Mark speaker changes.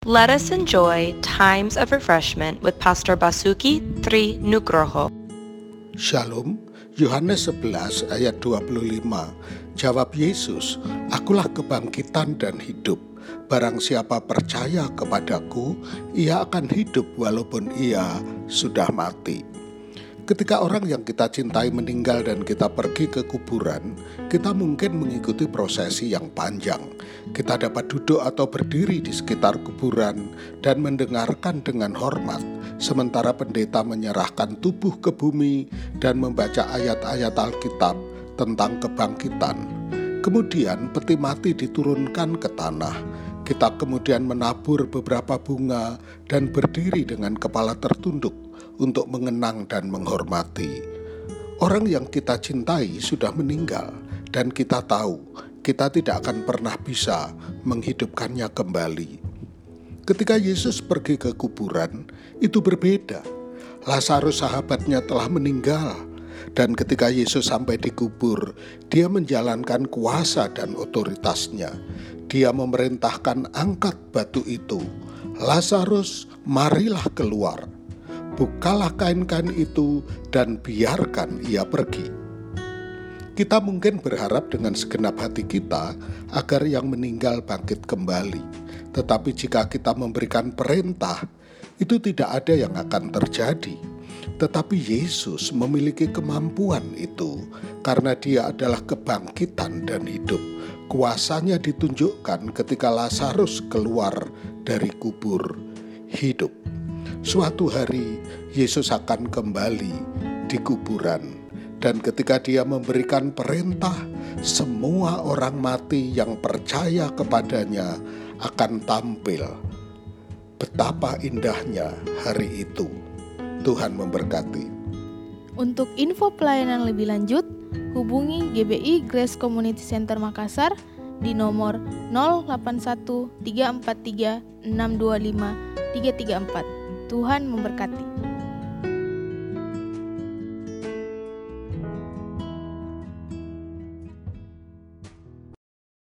Speaker 1: Let us enjoy times of refreshment with Pastor Basuki Tri Nugroho.
Speaker 2: Shalom, Yohanes 11 ayat 25. Jawab Yesus, "Akulah kebangkitan dan hidup. Barang siapa percaya kepadaku, ia akan hidup walaupun ia sudah mati." Ketika orang yang kita cintai meninggal dan kita pergi ke kuburan, kita mungkin mengikuti prosesi yang panjang. Kita dapat duduk atau berdiri di sekitar kuburan dan mendengarkan dengan hormat, sementara pendeta menyerahkan tubuh ke bumi dan membaca ayat-ayat Alkitab tentang kebangkitan. Kemudian peti mati diturunkan ke tanah. Kita kemudian menabur beberapa bunga dan berdiri dengan kepala tertunduk untuk mengenang dan menghormati. Orang yang kita cintai sudah meninggal dan kita tahu kita tidak akan pernah bisa menghidupkannya kembali. Ketika Yesus pergi ke kuburan, itu berbeda. Lazarus sahabatnya telah meninggal, dan ketika Yesus sampai di kubur, dia menjalankan kuasa dan otoritasnya. Dia memerintahkan, "Angkat batu itu, Lazarus, marilah keluar. Bukalah kain-kain itu dan biarkan ia pergi." Kita mungkin berharap dengan segenap hati kita agar yang meninggal bangkit kembali. Tetapi jika kita memberikan perintah, itu tidak ada yang akan terjadi. Tetapi Yesus memiliki kemampuan itu karena Dia adalah kebangkitan dan hidup. Kuasanya ditunjukkan ketika Lazarus keluar dari kubur hidup. Suatu hari Yesus akan kembali di kuburan, dan ketika Dia memberikan perintah, semua orang mati yang percaya kepadanya akan tampil. Betapa indahnya hari itu. Tuhan memberkati.
Speaker 3: Untuk info pelayanan lebih lanjut, hubungi GBI Grace Community Center Makassar di nomor 081 343 625 334. Tuhan memberkati.